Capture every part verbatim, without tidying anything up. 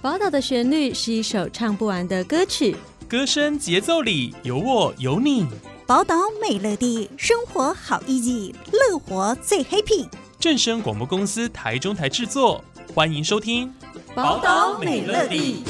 宝岛的旋律是一首唱不完的歌曲， 歌声节奏里有我有你。 宝岛美乐地，生活好 easy， 乐活最 happy。 正声广播公司台中台制作，欢迎收听宝岛美乐地。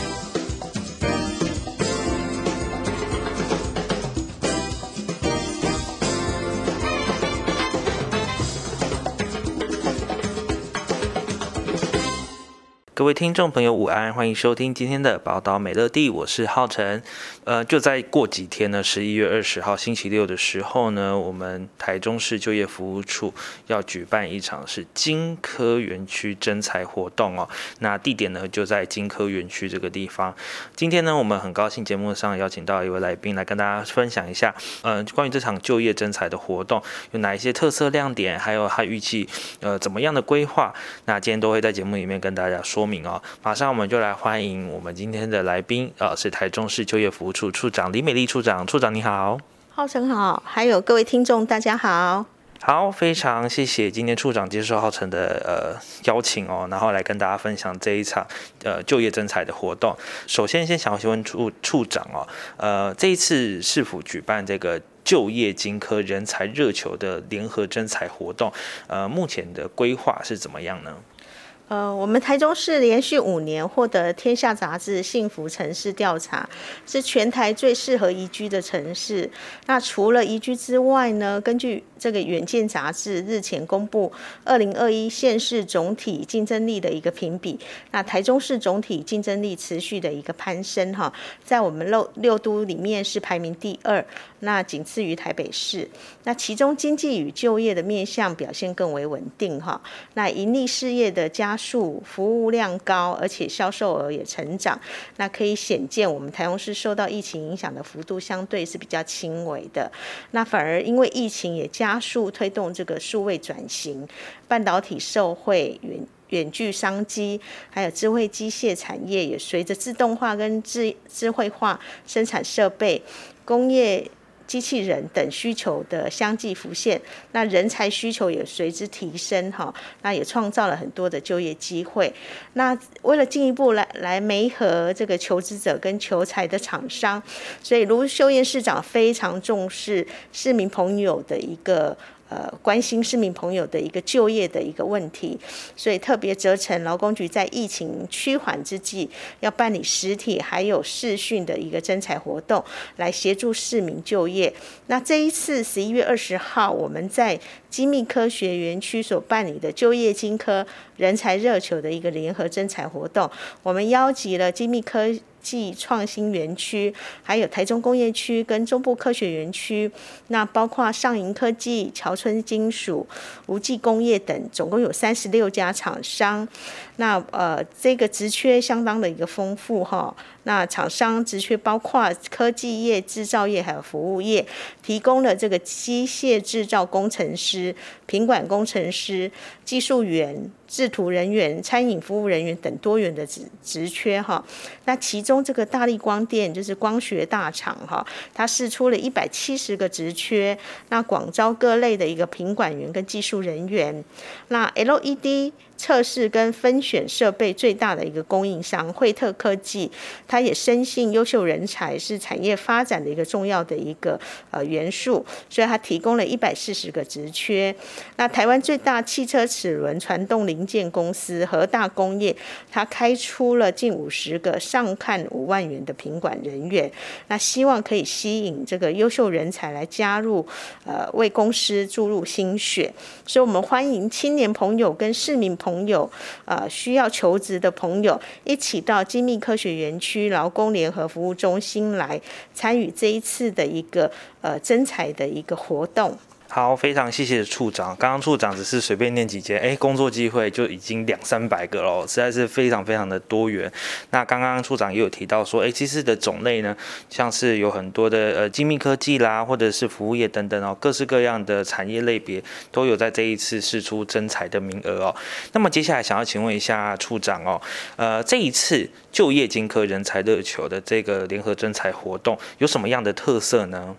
各位听众朋友午安，欢迎收听今天的宝岛美乐地，我是浩辰。呃，就在过几天呢，十一月二十号星期六的时候呢，我们台中市就业服务处要举办一场是金科园区征才活动哦。那地点呢就在金科园区这个地方。今天呢，我们很高兴节目上邀请到一位来宾来跟大家分享一下，呃，关于这场就业征才的活动有哪一些特色亮点，还有他预计呃怎么样的规划。那今天都会在节目里面跟大家说明哦。马上我们就来欢迎我们今天的来宾，呃，是台中市就业服务处处长李美丽处长。处长你好。 浩辰好，还有各位听众大家好。 好，非常谢谢今天处长接受浩辰的呃邀请哦，然后来跟大家分享这一场呃就业征才的活动。首先，先想要问处处长哦，呃，这一次市府举办这个就业金科人才热球的联合征才活动，呃，目前的规划是怎么样呢？ 呃，我们台中市连续五年获得天下杂志幸福城市调查，是全台最适合宜居的城市。那除了宜居之外呢，根据这个远见杂志日前公布二零二一县市总体竞争力的一个评比，那台中市总体竞争力持续的一个攀升哈，在我们六六都里面是排名第二，那仅次于台北市。那其中经济与就业的面向表现更为稳定哈，那盈利事业的加速，服务量高，而且销售额也成长，那可以显见我们台中市受到疫情影响的幅度相对是比较轻微的。那反而因为疫情也加速推动这个数位转型，半导体受惠远远距商机，还有智慧机械产业也随着自动化跟智智慧化生产设备、工业机器人等需求的相继浮现，那人才需求也随之提升哈，那也创造了很多的就业机会。那为了进一步来来媒合这个求职者跟求才的厂商，所以卢秀燕市长非常重视市民朋友的一个。呃，关心市民朋友的一个就业的一个问题，所以特别责成劳工局在疫情趋缓之际，要办理实体还有视讯的一个征才活动，来协助市民就业。那这一次十一月二十号，我们在精密科学园区所办理的就业金科人才热球的一个联合征才活动，我们邀集了精密科技创新园区，还有台中工业区跟中部科学园区，那包括上银科技、侨村金属、无记工业等，总共有三十六家厂商。那呃，这个职缺相当的一个丰富哈。那厂商职缺包括科技业、制造业还有服务业，提供了这个机械制造工程师、品管工程师、技术员、制图人员、餐饮服务人员等多元的职职缺哈。那其中这个大立光电就是光学大厂哈，它释出了一百七十个职缺，那广招各类的一个品管员跟技术人员。那 L E D测试跟分选设备最大的一个供应商惠特科技，它也深信优秀人才是产业发展的一个重要的一个呃元素，所以它提供了一百四十个职缺。那台湾最大汽车齿轮传动零件公司和大工业，它开出了近五十个上看五万元的品管人员，那希望可以吸引这个优秀人才来加入，呃，为公司注入心血。所以我们欢迎青年朋友跟市民朋友，呃，需要求职的朋友一起到精密科学园区劳工联合服务中心来参与这一次的一个呃征才的一个活动。 好，非常谢谢处长。刚刚处长只是随便念几间，哎，工作机会就已经两三百个了，实在是非常非常的多元。那刚刚处长也有提到说，哎，其实的种类呢，像是有很多的呃精密科技啦，或者是服务业等等哦，各式各样的产业类别都有在这一次释出征才的名额哦。那么接下来想要请问一下处长哦，呃，这一次就业金科人才热球的这个联合征才活动有什么样的特色呢？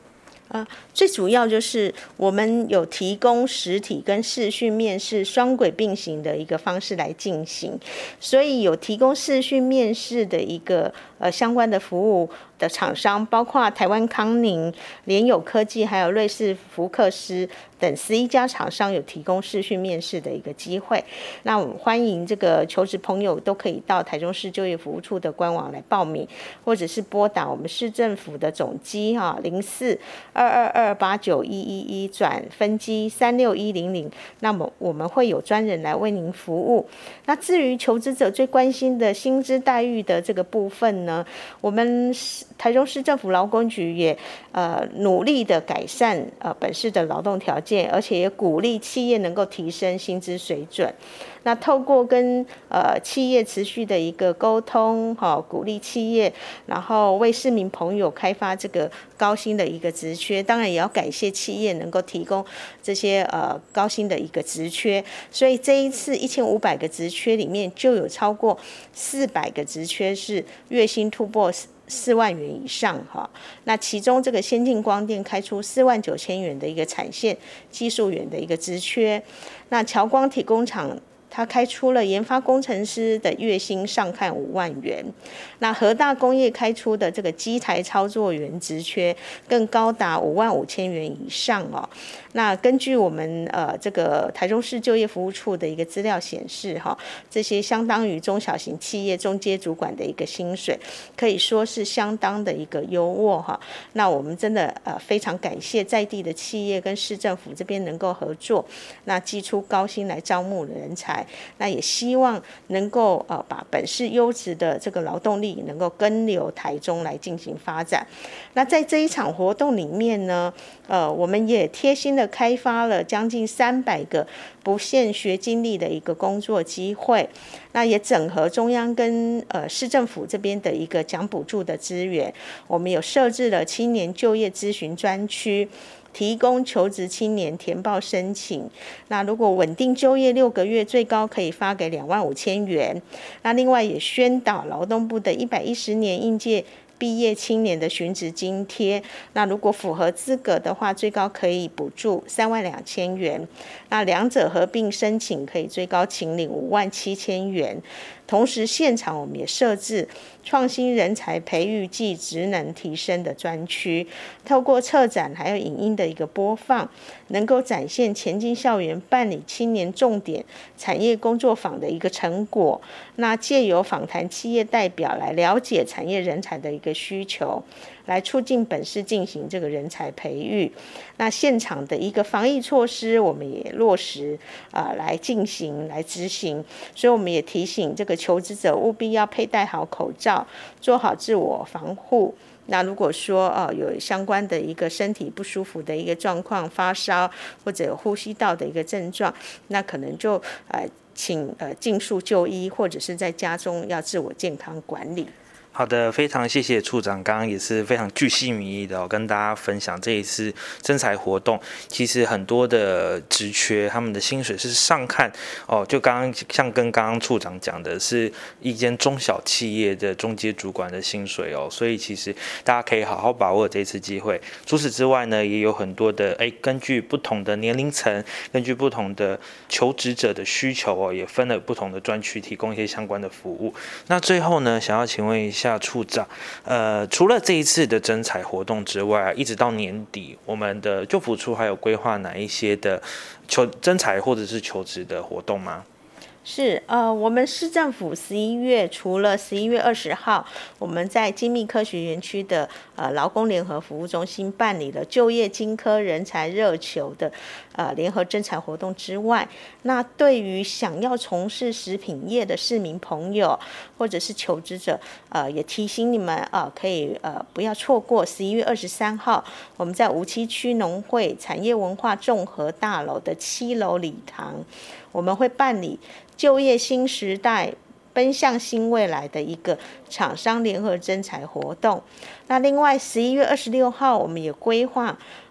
呃，最主要就是我们有提供实体跟视讯面试双轨并行的一个方式来进行，所以有提供视讯面试的一个呃相关的服务的厂商，包括台湾康宁、联友科技，还有瑞士福克斯等十一家厂商有提供视讯面试的一个机会。那我们欢迎这个求职朋友都可以到台中市就业服务处的官网来报名，或者是拨打我们市政府的总机哈零四二二二八九一一一转分机三六一零零，那么我们会有专人来为您服务。那至于求职者最关心的薪资待遇的这个部分呢，我们台中市政府劳工局也呃努力的改善呃本市的劳动条件，而且也鼓励企业能够提升薪资水准。那透过跟呃企业持续的一个沟通，哈、哦，鼓励企业，然后为市民朋友开发这个高薪的一个职缺，当然也要感谢企业能够提供这些呃高薪的一个职缺。所以这一次一千五百个职缺里面，就有超过四百个职缺是月薪突破四万元以上哈。那其中这个先进光电开出四万九千元的一个产线技术员的一个职缺，那侨光体工厂他开出了研发工程师的月薪上看五万元，那和大工业开出的这个机台操作员职缺更高达五万五千元以上哦。那根据我们呃这个台中市就业服务处的一个资料显示哈，这些相当于中小型企业中阶主管的一个薪水，可以说是相当的一个优渥哈。那我们真的呃非常感谢在地的企业跟市政府这边能够合作，那祭出高薪来招募人才。那也希望能够呃把本市优质的这个劳动力能够跟流台中来进行发展。那在这一场活动里面呢，呃，我们也贴心的开发了将近三百个不限学经历的一个工作机会。那也整合中央跟呃市政府这边的一个奖补助的资源，我们有设置了青年就业咨询专区，提供求职青年填报申请。那如果稳定就业六个月，最高可以发给两万五千元。那另外也宣导劳动部的一百一十年应届毕业青年的寻职津贴，那如果符合资格的话，最高可以补助三万两千元。那两者合并申请，可以最高请领五万七千元。同时，现场我们也设置创新人才培育暨职能提升的专区，透过策展还有影音的一个播放，能够展现前进校园办理青年重点产业工作坊的一个成果。那借由访谈企业代表来了解产业人才的一个需求，来促进本市进行这个人才培育。那现场的一个防疫措施，我们也落实啊、呃、来进行来执行。所以我们也提醒这个求职者务必要佩戴好口罩，做好自我防护。那如果说呃有相关的一个身体不舒服的一个状况，发烧或者有呼吸道的一个症状，那可能就呃请呃尽速就医，或者是在家中要自我健康管理。 好的，非常谢谢处长，刚刚也是非常巨细靡遗的、哦、跟大家分享这一次征才活动。其实很多的职缺，他们的薪水是上看哦，就刚刚像跟刚刚处长讲的，是一间中小企业的中阶主管的薪水哦，所以其实大家可以好好把握这一次机会。除此之外呢，也有很多的哎，根据不同的年龄层，根据不同的求职者的需求哦，也分了不同的专区，提供一些相关的服务。那最后呢，想要请问一下。下处长，呃，除了这一次的征才活动之外，一直到年底，我们的就服处还有规划哪一些的求征才或者是求职的活动吗？ 是呃，我们市政府十一月除了十一月二十号，我们在精密科学园区的呃劳工联合服务中心办理了就业金科人才热球的呃联合征才活动之外，那对于想要从事食品业的市民朋友或者是求职者，呃，也提醒你们啊、呃，可以呃不要错过十一月二十三号，我们在梧栖区农会产业文化综合大楼的七楼礼堂，我们会办理就业新时代奔向新未来的一个厂商联合征才活动。那另外十一月二十六号，我们也规划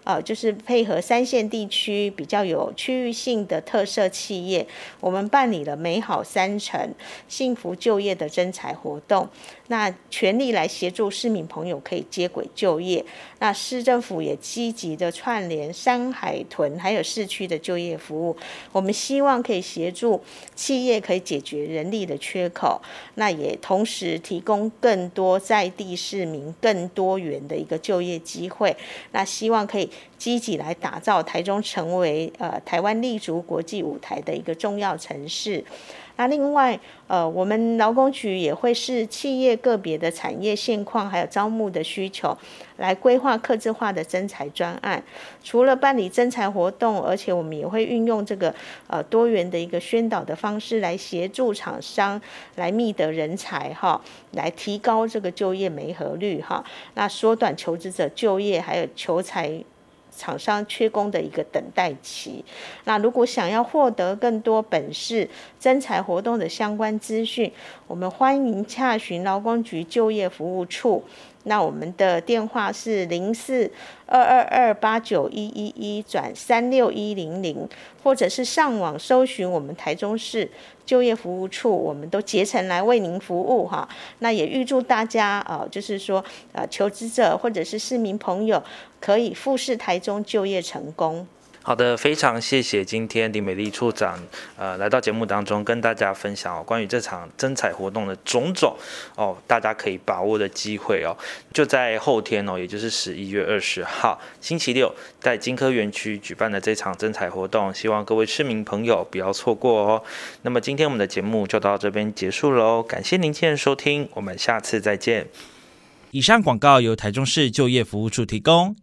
呃，就是配合三线地区比较有区域性的特色企业，我们办理了美好三城幸福就业的征才活动，那全力来协助市民朋友可以接轨就业。那市政府也积极的串联山海屯还有市区的就业服务，我们希望可以协助企业可以解决人力的缺口，那也同时提供更多在地市民更多元的一个就业机会，那希望可以积极来打造台中成为呃台湾立足国际舞台的一个重要城市。那另外，呃，我们劳工局也会视企业个别的产业现况，还有招募的需求，来规划客制化的征才专案。除了办理征才活动，而且我们也会运用这个呃多元的一个宣导的方式，来协助厂商来觅得人才哈，来提高这个就业媒合率哈，那缩短求职者就业还有求才厂商缺工的一个等待期。那如果想要获得更多本市征才活动的相关资讯，我们欢迎洽询劳工局就业服务处。那我们的电话是零四二二二八九一一一转三六一零零，或者是上网搜寻我们台中市就业服务处，我们都竭诚来为您服务哈。那也预祝大家呃，就是说呃，求职者或者是市民朋友可以富士台中就业成功。 好的，非常谢谢今天林美丽处长呃来到节目当中跟大家分享、哦、关于这场征才活动的种种哦，大家可以把握的机会哦，就在后天哦，也就是十一月二十号星期六，在金科园区举办的这场征才活动，希望各位市民朋友不要错过哦。那么今天我们的节目就到这边结束喽，感谢您今天的收听，我们下次再见。 以上广告由台中市就业服务处提供。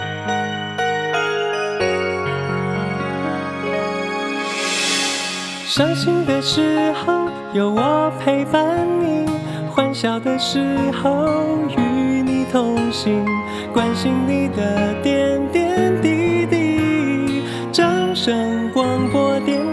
伤心的时候有我陪伴你，欢笑的时候与你同行，关心你的点点滴滴。掌声广播电